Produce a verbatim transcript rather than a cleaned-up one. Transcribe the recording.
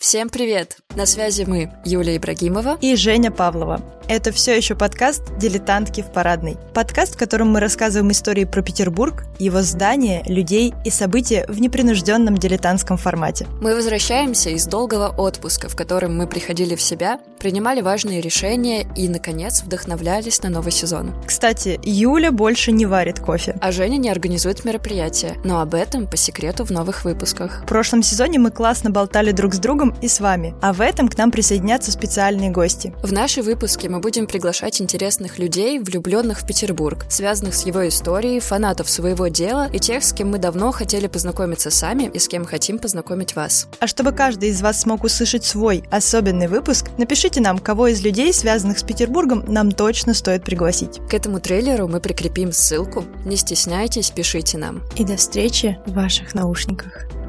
Всем привет! На связи мы, Юлия Ибрагимова и Женя Павлова. Это все еще подкаст «Дилетантки в парадной». Подкаст, в котором мы рассказываем истории про Петербург, его здания, людей и события в непринужденном дилетантском формате. Мы возвращаемся из долгого отпуска, в котором мы приходили в себя, принимали важные решения и, наконец, вдохновлялись на новый сезон. Кстати, Юля больше не варит кофе. А Женя не организует мероприятия, но об этом по секрету в новых выпусках. В прошлом сезоне мы классно болтали друг с другом и с вами, а в этом к нам присоединятся специальные гости. В наши выпуски мы будем приглашать интересных людей, влюбленных в Петербург, связанных с его историей, фанатов своего дела и тех, с кем мы давно хотели познакомиться сами и с кем хотим познакомить вас. А чтобы каждый из вас смог услышать свой особенный выпуск, напишите нам, кого из людей, связанных с Петербургом, нам точно стоит пригласить. К этому трейлеру мы прикрепим ссылку. Не стесняйтесь, пишите нам. И до встречи в ваших наушниках.